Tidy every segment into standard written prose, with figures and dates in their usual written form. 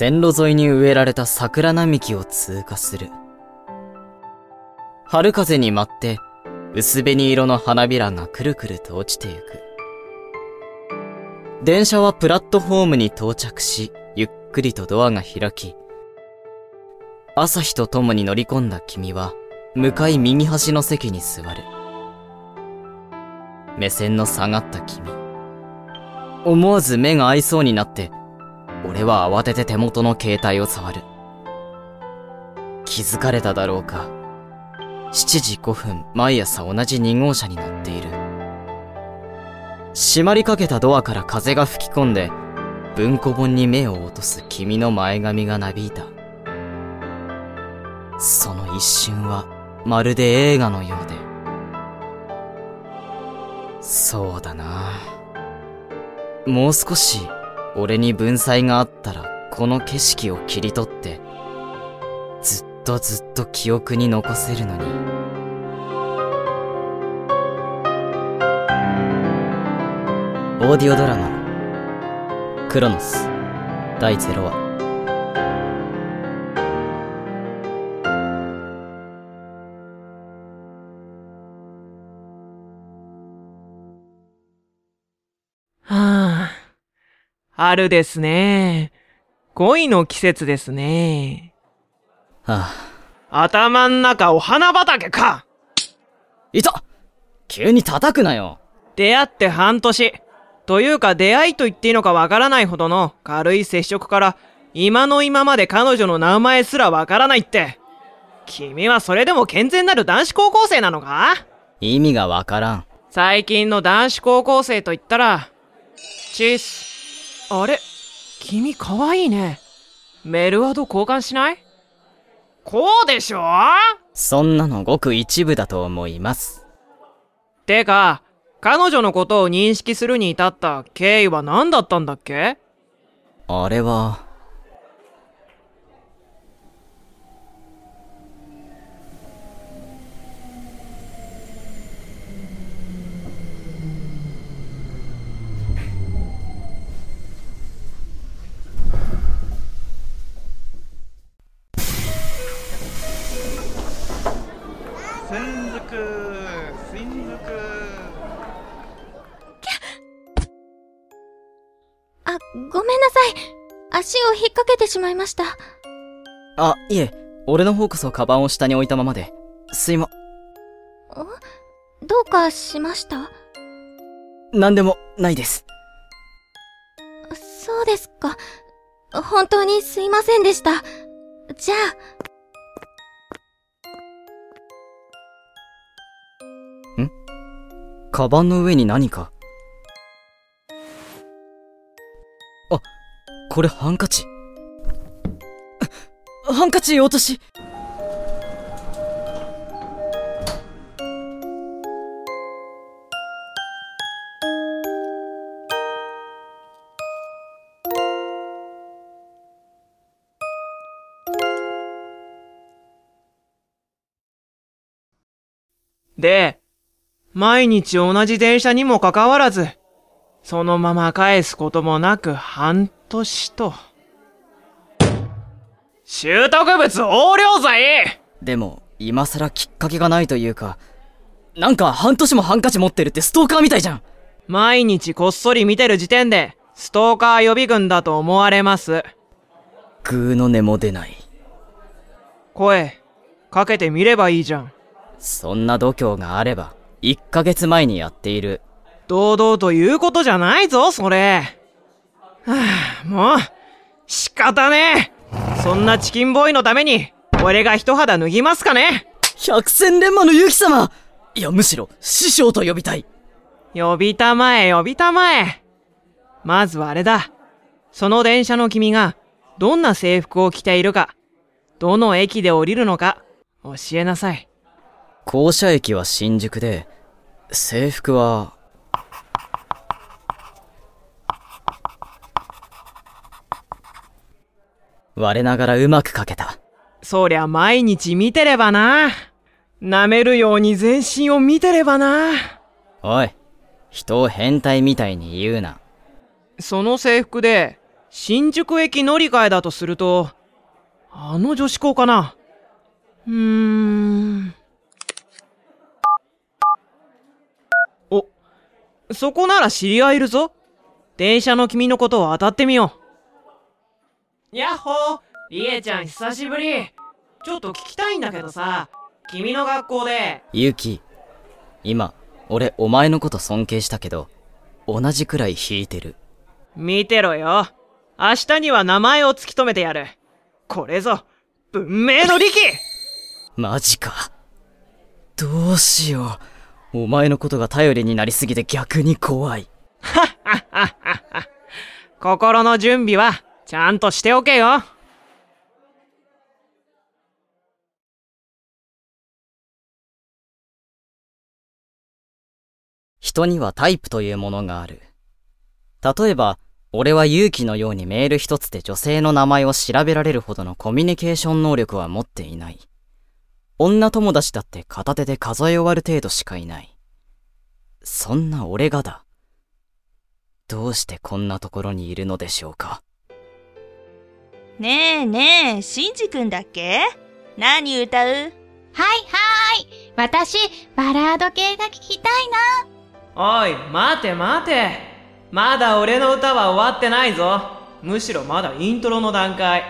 線路沿いに植えられた桜並木を通過する。春風に舞って薄紅色の花びらがくるくると落ちてゆく。電車はプラットフォームに到着し、ゆっくりとドアが開き、朝日と共に乗り込んだ君は向かい右端の席に座る。目線の下がった君、思わず目が合いそうになって、俺は慌てて手元の携帯を触る。気づかれただろうか。7時5分、毎朝同じ2号車に乗っている。閉まりかけたドアから風が吹き込んで、文庫本に目を落とす君の前髪がなびいた。その一瞬はまるで映画のようで。そうだな。もう少し俺に文才があったら、この景色を切り取ってずっと記憶に残せるのに。オーディオドラマクロノス第0話。 春ですね。恋の季節ですね。頭ん中お花畑か。 いた！急に叩くなよ。 出会って半年。というか出会いと言っていいのかわからないほどの軽い接触から、今の今まで彼女の名前すらわからないって。君はそれでも健全なる男子高校生なのか？ 意味がわからん。 最近の男子高校生と言ったら、チース。あれ？君かわいいね。メールアド交換しない？こうでしょ？ そんなのごく一部だと思います。 てか、彼女のことを認識するに至った経緯は何だったんだっけ？ あれはごめんなさい。足を引っ掛けてしまいました。 いえ、俺の方こそカバンを下に置いたままで。 どうかしました？ なんでもないです。 そうですか。本当にすいませんでした。じゃあ。カバンの上に何か。これハンカチ。ハンカチ落とし。 で、毎日同じ電車にもかかわらず、そのまま返すこともなく半年と。拾得物横領罪！ でも、今更きっかけがないというか、なんか半年もハンカチ持ってるってストーカーみたいじゃん。 毎日こっそり見てる時点で、ストーカー予備軍だと思われます。 グーの音も出ない。 声、かけてみればいいじゃん。 そんな度胸があれば、1ヶ月前にやっている。 堂々と言うことじゃないぞ、それ。もう、仕方ねえ。そんなチキンボーイのために、俺が一肌脱ぎますかね。 百戦錬磨のユキ様！いや、むしろ、師匠と呼びたい。 呼びたまえ。まずはあれだ。その電車の君が、どんな制服を着ているか、どの駅で降りるのか、教えなさい。 降車駅は新宿で、制服は、我ながらうまく書けた。 そりゃ毎日見てればな。舐めるように全身を見てればな。 おい、人を変態みたいに言うな。 その制服で、 新宿駅乗り換えだとすると、あの女子校かな。お、そこなら知り合いいるぞ。電車の君のことを当たってみよう。やっほー、りえちゃん久しぶり。ちょっと聞きたいんだけどさ、君の学校で。 ゆうき、今、俺お前のこと尊敬したけど、同じくらい引いてる。 見てろよ。明日には名前を突き止めてやる。これぞ、文明の利器。 マジか。どうしよう。お前のことが頼りになりすぎて逆に怖い。 はっはっはっはっは。心の準備は、ちゃんとしておけよ。 人にはタイプというものがある。例えば、俺は勇気のようにメール一つで女性の名前を調べられるほどのコミュニケーション能力は持っていない。女友達だって片手で数え終わる程度しかいない。そんな俺がだ。どうしてこんなところにいるのでしょうか。 ねえねえ、しんじくんだっけ？何歌う？ はいはい。私、バラード系が聞きたいな。 おい、待て待て。まだ俺の歌は終わってないぞ。むしろまだイントロの段階。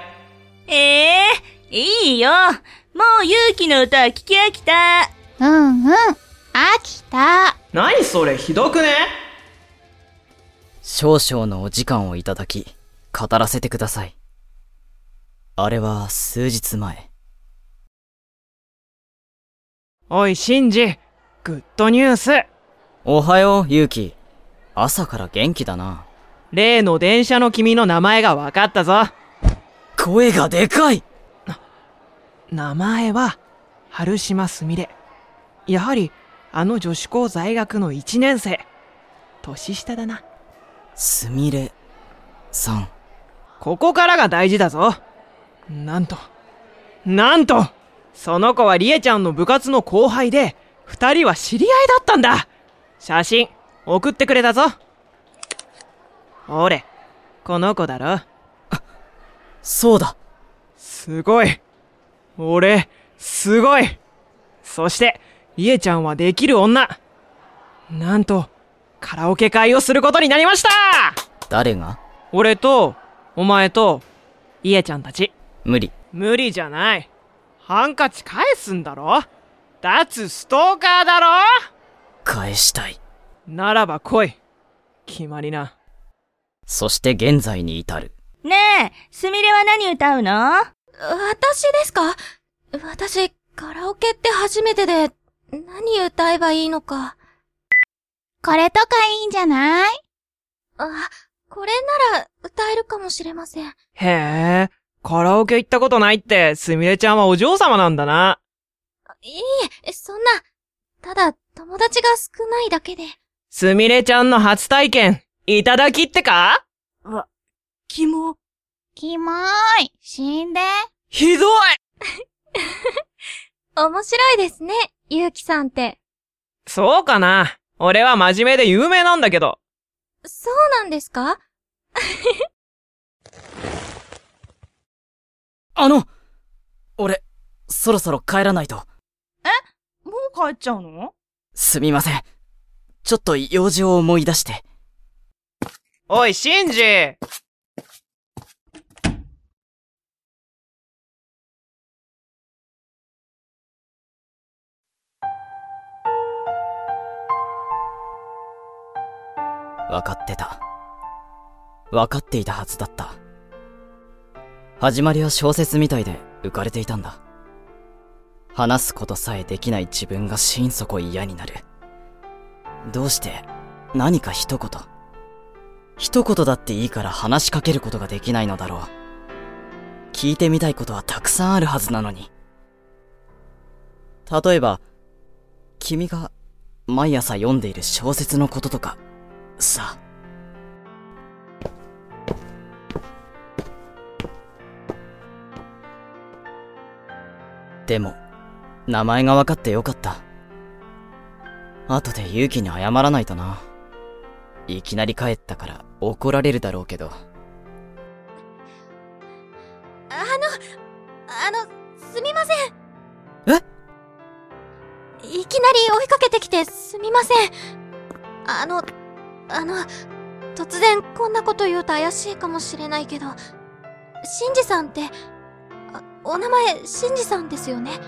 いいよ。もう勇気の歌は聞き飽きた。 飽きた。 何それ、ひどくね？ 少々のお時間をいただき、語らせてください。あれは数日前。 おい、シンジ、グッドニュース。 おはよう、ユウキ。朝から元気だな。 例の電車の君の名前が分かったぞ。 声がでかい。 名前は、春島すみれ。やはり、あの女子高在学の1年生。年下だな。 すみれさん。 ここからが大事だぞ。なんと、その子はりえちゃんの部活の後輩で、2人は知り合いだったんだ。写真、送ってくれたぞ。俺、この子だろ。 そうだ。 すごい。俺、すごい。そして、りえちゃんはできる女。なんと、カラオケ会をすることになりました。 誰が？ 俺と、お前と、りえちゃんたち。 無理。 無理じゃない。ハンカチ返すんだろ？脱ストーカーだろ？ 返したい。 ならば来い。決まりな。 そして現在に至る。 ねえ、すみれは何歌うの？ 私ですか？私、カラオケって初めてで、何歌えばいいのか。 これとかいいんじゃない？ これなら歌えるかもしれません。 へえ、カラオケ行ったことないって、すみれちゃんはお嬢様なんだな。 いいえ、そんな、ただ友達が少ないだけで。 すみれちゃんの初体験、いただきってか？ キモーい。死んで。 ひどい。 面白いですね、ゆうきさんって。 そうかな。俺は真面目で有名なんだけど。 そうなんですか？ 俺、そろそろ帰らないと。 もう帰っちゃうの？ すみません。ちょっと用事を思い出して。 おい、シンジ！ わかってた。わかっていたはずだった。始まりは小説みたいで浮かれていたんだ。話すことさえできない自分が心底嫌になる。どうして何か一言だっていいから話しかけることができないのだろう。聞いてみたいことはたくさんあるはずなのに。例えば、君が毎朝読んでいる小説のこととか、さ。でも、名前が分かってよかった。後で勇気に謝らないとな。いきなり帰ったから怒られるだろうけど。 すみません。 え？ いきなり追いかけてきてすみません。突然こんなこと言うと怪しいかもしれないけど、シンジさんって、お名前シンジさんですよね。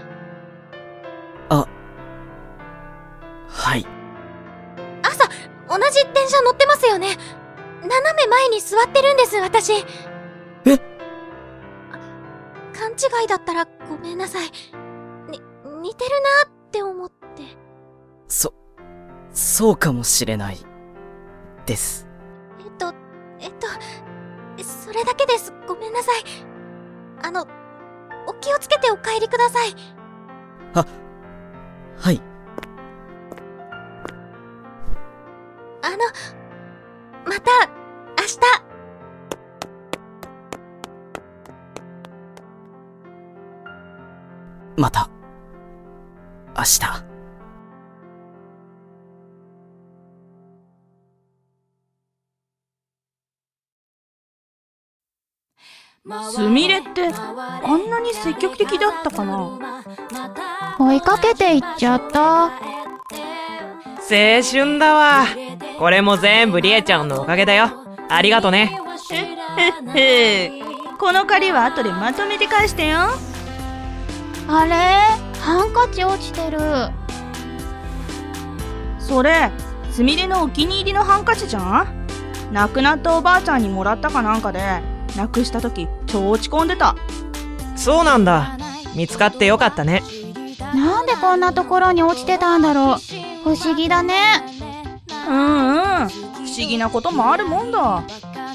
はい。 朝、同じ電車乗ってますよね。斜め前に座ってるんです、私。 え？ 勘違いだったらごめんなさい。似てるなって思って。 そうかもしれない。です。 それだけです。ごめんなさい。お気をつけてお帰りください。 はい。 また、明日。 また、明日。 すみれってあんなに積極的だったかな。 追いかけていっちゃった。 青春だわ。これも全部りえちゃんのおかげだよ。ありがとね。 この借りは後でまとめて返してよ。 あれ？ハンカチ落ちてる。 それ、すみれのお気に入りのハンカチじゃん。亡くなったおばあちゃんにもらったかなんかで、なくした時超落ち込んでた。 そうなんだ。見つかってよかったね。 なんでこんなところに落ちてたんだろう。不思議だね。 不思議なこともあるもんだ。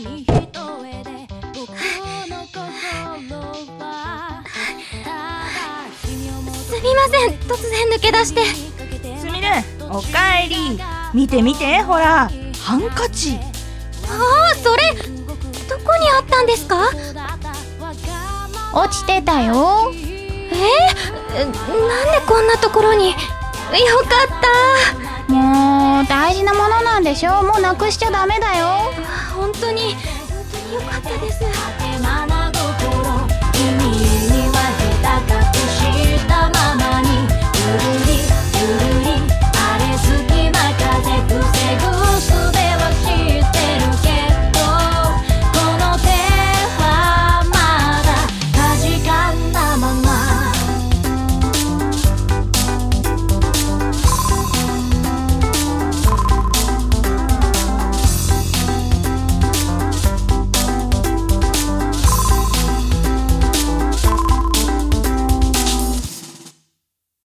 すみません、突然抜け出して。 すみれ、おかえり。見て見て、ほら、ハンカチ。 それ、どこにあったんですか？ 落ちてたよ。 なんでこんなところに。よかった。 もう大事なものなんでしょ。もうなくしちゃダメだよ。 本当によかったです。